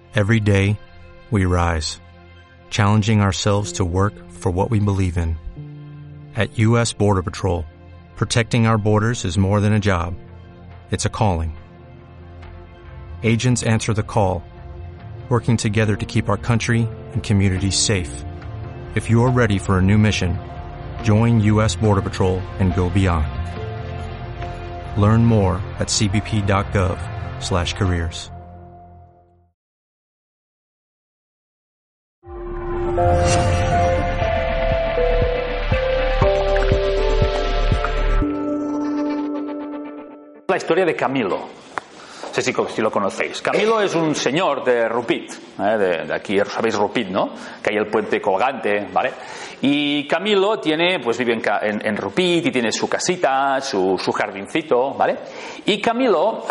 Every day, we rise, challenging ourselves to work for what we believe in. At U.S. Border Patrol, protecting our borders is more than a job. It's a calling. Agents answer the call, working together to keep our country and communities safe. If you're ready for a new mission, join U.S. Border Patrol and go beyond. Learn more at cbp.gov/careers. La historia de Camilo. No sé si lo conocéis. Camilo es un señor de Rupit, de aquí, sabéis Rupit, ¿no? Que hay el puente colgante, ¿vale? Y Camilo vive en Rupit y tiene su casita, su jardincito, ¿vale? Y Camilo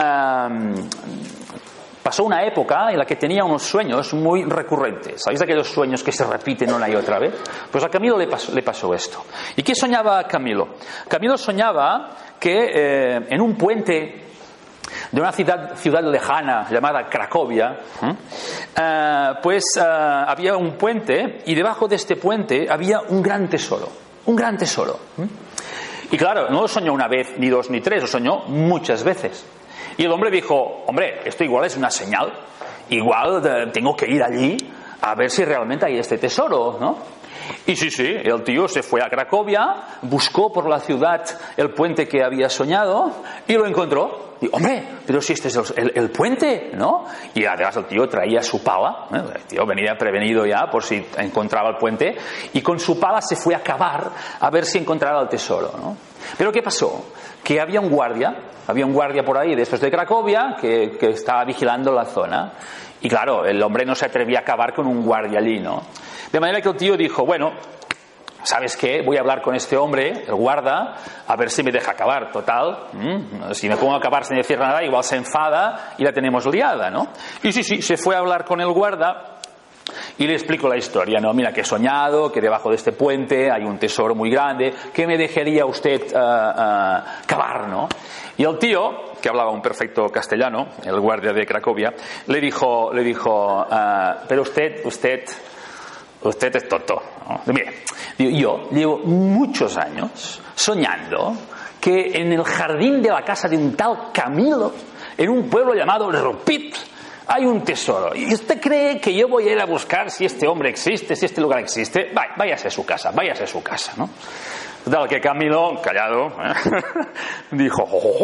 pasó una época en la que tenía unos sueños muy recurrentes. ¿Sabéis aquellos sueños que se repiten una y otra vez? Pues a Camilo le pasó esto. ¿Y qué soñaba Camilo? Camilo soñaba que en un puente de una ciudad lejana llamada Cracovia, había un puente y debajo de este puente había un gran tesoro. Y claro, no lo soñó una vez, ni dos, ni tres, lo soñó muchas veces. Y el hombre dijo, hombre, esto igual es una señal, igual tengo que ir allí a ver si realmente hay este tesoro, ¿no? Y sí, el tío se fue a Cracovia, buscó por la ciudad el puente que había soñado y lo encontró. Y, hombre, pero si este es el puente, ¿no? Y además el tío traía su pala, ¿eh? El tío venía prevenido ya por si encontraba el puente, y con su pala se fue a cavar a ver si encontraba el tesoro, ¿no? Pero ¿qué pasó? Que había un guardia por ahí después de Cracovia que estaba vigilando la zona. Y claro, el hombre no se atrevía a cavar con un guardia allí, ¿no? De manera que el tío dijo, bueno, ¿sabes qué? Voy a hablar con este hombre, el guarda, a ver si me deja cavar. Total, si me pongo a cavar sin decir nada, igual se enfada y la tenemos liada, ¿no? Y sí, se fue a hablar con el guarda y le explico la historia, ¿no? Mira, que he soñado que debajo de este puente hay un tesoro muy grande, ¿qué me dejaría usted cavar, no? Y el tío, que hablaba un perfecto castellano, el guardia de Cracovia, le dijo, pero usted es tonto, ¿no? Mire, yo llevo muchos años soñando que en el jardín de la casa de un tal Camilo, en un pueblo llamado Rupit, hay un tesoro. ¿Y usted cree que yo voy a ir a buscar si este hombre existe, si este lugar existe? Váyase a su casa, ¿no? Total, que Camilo, callado, dijo,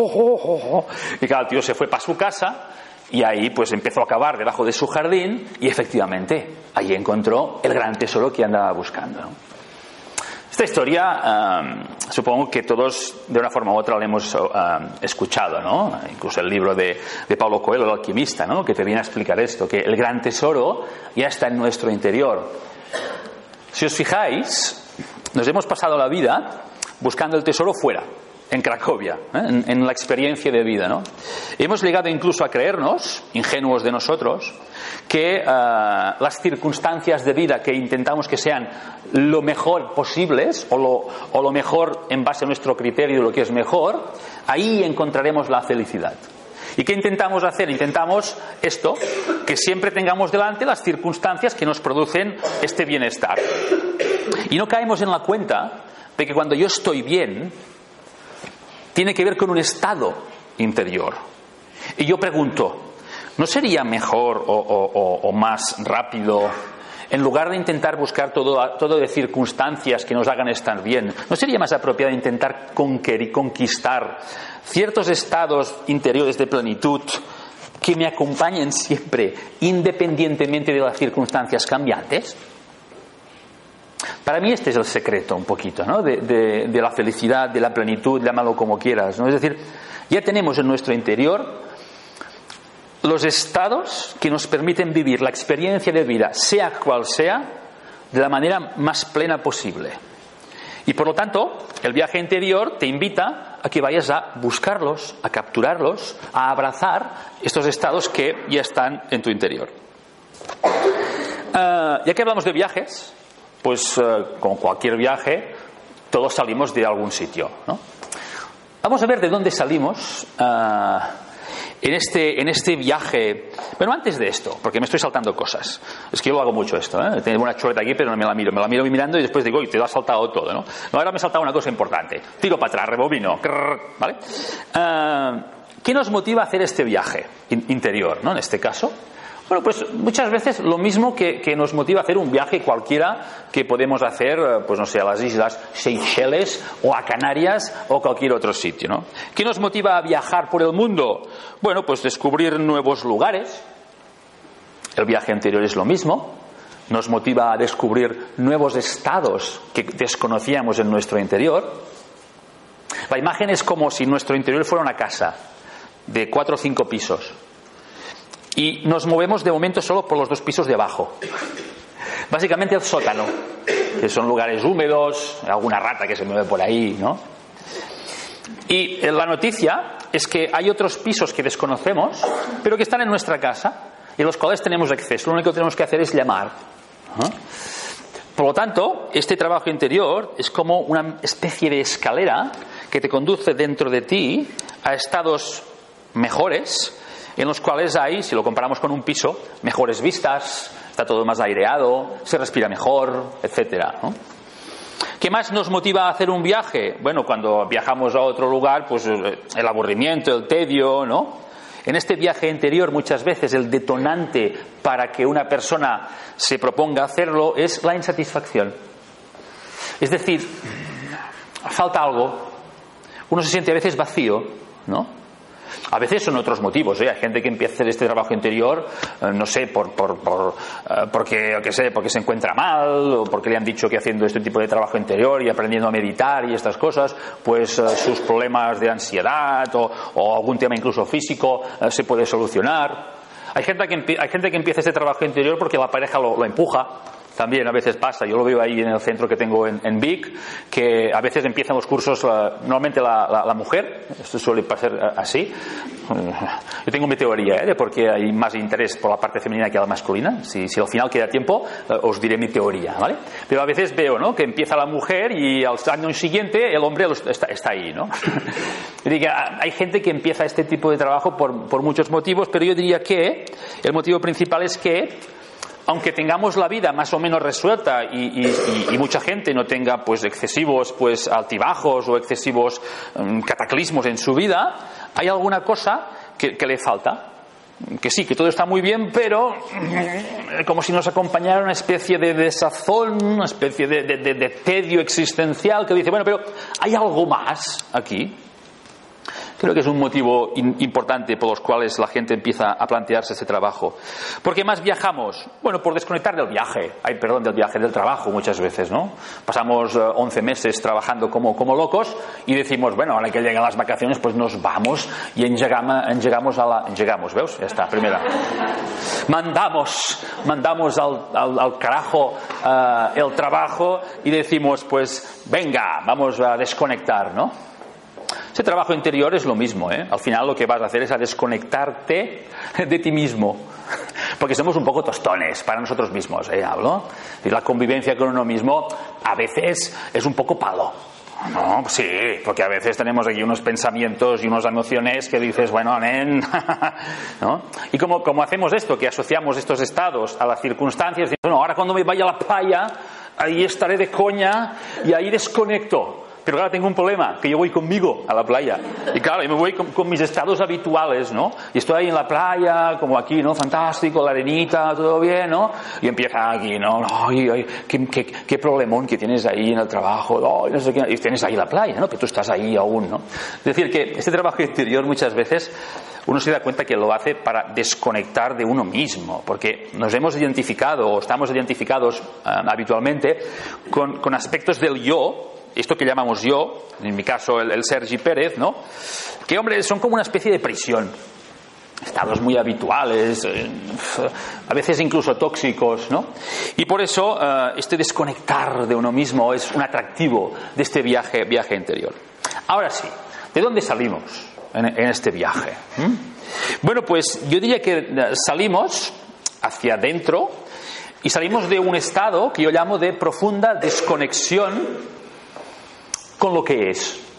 y claro, el tío se fue para su casa y ahí pues empezó a cavar debajo de su jardín y efectivamente ahí encontró el gran tesoro que andaba buscando, ¿no? Esta historia supongo que todos de una forma u otra la hemos escuchado, ¿no? Incluso el libro de Paulo Coelho, el alquimista, ¿no? Que te viene a explicar esto, que el gran tesoro ya está en nuestro interior. Si os fijáis, nos hemos pasado la vida buscando el tesoro fuera, en Cracovia, en la experiencia de vida, ¿no? Hemos llegado incluso a creernos, ingenuos de nosotros, que las circunstancias de vida que intentamos que sean lo mejor posibles o lo mejor en base a nuestro criterio de lo que es mejor, ahí encontraremos la felicidad. ¿Y qué intentamos hacer? Intentamos esto, que siempre tengamos delante las circunstancias que nos producen este bienestar. Y no caemos en la cuenta de que cuando yo estoy bien, tiene que ver con un estado interior. Y yo pregunto, ¿no sería mejor o más rápido, en lugar de intentar buscar todo de circunstancias que nos hagan estar bien, ¿no sería más apropiado intentar conquistar ciertos estados interiores de plenitud que me acompañen siempre, independientemente de las circunstancias cambiantes? Para mí este es el secreto un poquito, ¿no? de la felicidad, de la plenitud, llámalo como quieras, ¿no? Es decir, ya tenemos en nuestro interior los estados que nos permiten vivir la experiencia de vida, sea cual sea, de la manera más plena posible. Y por lo tanto, el viaje interior te invita a que vayas a buscarlos, a capturarlos, a abrazar estos estados que ya están en tu interior. Ya que hablamos de viajes, pues con cualquier viaje todos salimos de algún sitio, ¿no? Vamos a ver de dónde salimos en este viaje. Bueno, antes de esto, porque me estoy saltando cosas. Es que yo lo hago mucho esto, ¿eh? Tengo una chuleta aquí, pero no me la miro mirando y después digo, te lo has saltado todo, ¿no? Ahora me he saltado una cosa importante. Tiro para atrás, rebobino, ¿vale? ¿Qué nos motiva a hacer este viaje interior, ¿no? En este caso. Bueno, pues muchas veces lo mismo que nos motiva a hacer un viaje cualquiera que podemos hacer, pues no sé, a las islas Seychelles o a Canarias o cualquier otro sitio, ¿no? ¿Qué nos motiva a viajar por el mundo? Bueno, pues descubrir nuevos lugares. El viaje anterior es lo mismo. Nos motiva a descubrir nuevos estados que desconocíamos en nuestro interior. La imagen es como si nuestro interior fuera una casa de 4 o 5 pisos. Y nos movemos de momento solo por los 2 pisos de abajo. Básicamente el sótano, que son lugares húmedos, alguna rata que se mueve por ahí, ¿no? Y la noticia es que hay otros pisos que desconocemos, pero que están en nuestra casa y a los cuales tenemos acceso. Lo único que tenemos que hacer es llamar. Por lo tanto, este trabajo interior es como una especie de escalera que te conduce dentro de ti a estados mejores, en los cuales hay, si lo comparamos con un piso, mejores vistas, está todo más aireado, se respira mejor, etcétera, ¿no? ¿Qué más nos motiva a hacer un viaje? Bueno, cuando viajamos a otro lugar, pues el aburrimiento, el tedio, ¿no? En este viaje interior muchas veces el detonante para que una persona se proponga hacerlo es la insatisfacción. Es decir, falta algo, uno se siente a veces vacío, ¿no? A veces son otros motivos, ¿eh? Hay gente que empieza a hacer este trabajo interior, no sé, porque se encuentra mal, o porque le han dicho que haciendo este tipo de trabajo interior y aprendiendo a meditar y estas cosas, pues sus problemas de ansiedad o algún tema incluso físico se puede solucionar. Hay gente que empieza este trabajo interior porque la pareja lo empuja. También a veces pasa, yo lo veo ahí en el centro que tengo en Vic, que a veces empiezan los cursos, normalmente la mujer, esto suele pasar así. Yo tengo mi teoría de por qué hay más interés por la parte femenina que la masculina. Si al final queda tiempo, os diré mi teoría, ¿vale? Pero a veces veo, ¿no?, que empieza la mujer y al año siguiente el hombre está ahí, ¿no? Hay gente que empieza este tipo de trabajo por muchos motivos, pero yo diría que el motivo principal es que aunque tengamos la vida más o menos resuelta y mucha gente no tenga pues excesivos pues altibajos o excesivos cataclismos en su vida, hay alguna cosa que le falta. Que sí, que todo está muy bien, pero como si nos acompañara una especie de desazón, una especie de tedio existencial que dice, bueno, pero hay algo más aquí. Creo que es un motivo importante por los cuales la gente empieza a plantearse este trabajo. ¿Por qué más viajamos? Bueno, por desconectar del viaje. Del trabajo muchas veces, ¿no? Pasamos 11 meses trabajando como locos y decimos, bueno, ahora que llegan las vacaciones, pues nos vamos y engegamos, ¿veus? Ya está, primera. Mandamos al carajo el trabajo y decimos, pues venga, vamos a desconectar, ¿no? Ese trabajo interior es lo mismo, ¿eh? Al final lo que vas a hacer es a desconectarte de ti mismo. Porque somos un poco tostones para nosotros mismos, hablo. Y la convivencia con uno mismo a veces es un poco palo. No, sí, porque a veces tenemos aquí unos pensamientos y unas emociones que dices, bueno, nen, ¿no? Y como hacemos esto, que asociamos estos estados a las circunstancias, dices, bueno, ahora cuando me vaya a la playa, ahí estaré de coña y ahí desconecto. Pero claro, tengo un problema, que yo voy conmigo a la playa. Y claro, yo me voy con mis estados habituales, ¿no? Y estoy ahí en la playa, como aquí, ¿no? Fantástico, la arenita, todo bien, ¿no? Y empieza aquí, ¿no? Ay, qué problemón que tienes ahí en el trabajo, no sé qué. Y tienes ahí la playa, ¿no? Pero tú estás ahí aún, ¿no? Es decir, que este trabajo interior muchas veces uno se da cuenta que lo hace para desconectar de uno mismo, porque nos hemos identificado o estamos identificados habitualmente con aspectos del yo, esto que llamamos yo, en mi caso el Sergi Pérez, ¿no? Que, hombre, son como una especie de prisión. Estados muy habituales, a veces incluso tóxicos, ¿no? Y por eso este desconectar de uno mismo es un atractivo de este viaje interior. Ahora sí, ¿de dónde salimos en este viaje? Bueno, pues yo diría que salimos hacia adentro y salimos de un estado que yo llamo de profunda desconexión con lo que es.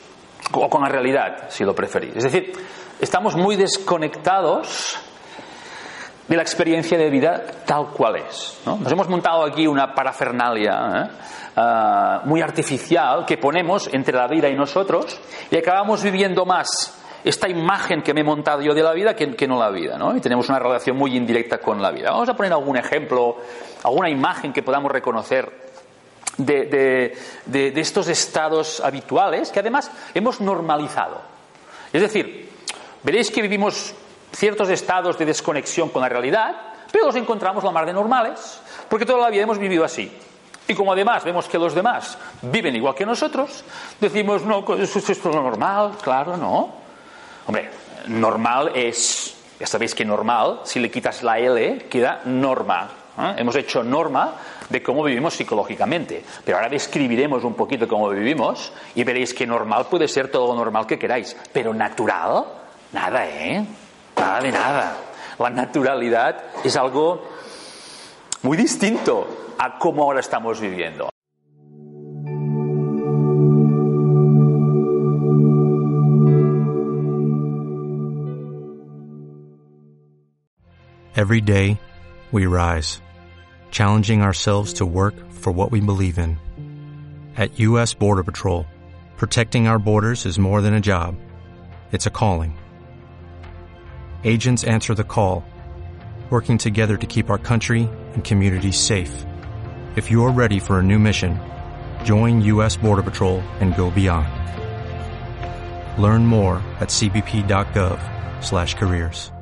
o con la realidad, si lo preferís. Es decir, estamos muy desconectados de la experiencia de vida tal cual es, ¿no? Nos hemos montado aquí una parafernalia muy artificial que ponemos entre la vida y nosotros, y acabamos viviendo más esta imagen que me he montado yo de la vida que no la vida, ¿no? Y tenemos una relación muy indirecta con la vida. Vamos a poner algún ejemplo, alguna imagen que podamos reconocer de estos estados habituales que además hemos normalizado. Es decir, veréis que vivimos ciertos estados de desconexión con la realidad, pero los encontramos la mar de normales, porque toda la vida hemos vivido así. Y como además vemos que los demás viven igual que nosotros, decimos, no, esto es lo normal. Claro, no. Hombre, normal es, ya sabéis que normal, si le quitas la L, queda norma. Hemos hecho norma de cómo vivimos psicológicamente, pero ahora describiremos un poquito cómo vivimos y veréis que normal puede ser todo lo normal que queráis, pero natural, nada, nada de nada. La naturalidad es algo muy distinto a cómo ahora estamos viviendo. Every day, we rise, challenging ourselves to work for what we believe in. At U.S. Border Patrol, protecting our borders is more than a job. It's a calling. Agents answer the call, working together to keep our country and communities safe. If you are ready for a new mission, join U.S. Border Patrol and go beyond. Learn more at cbp.gov/careers.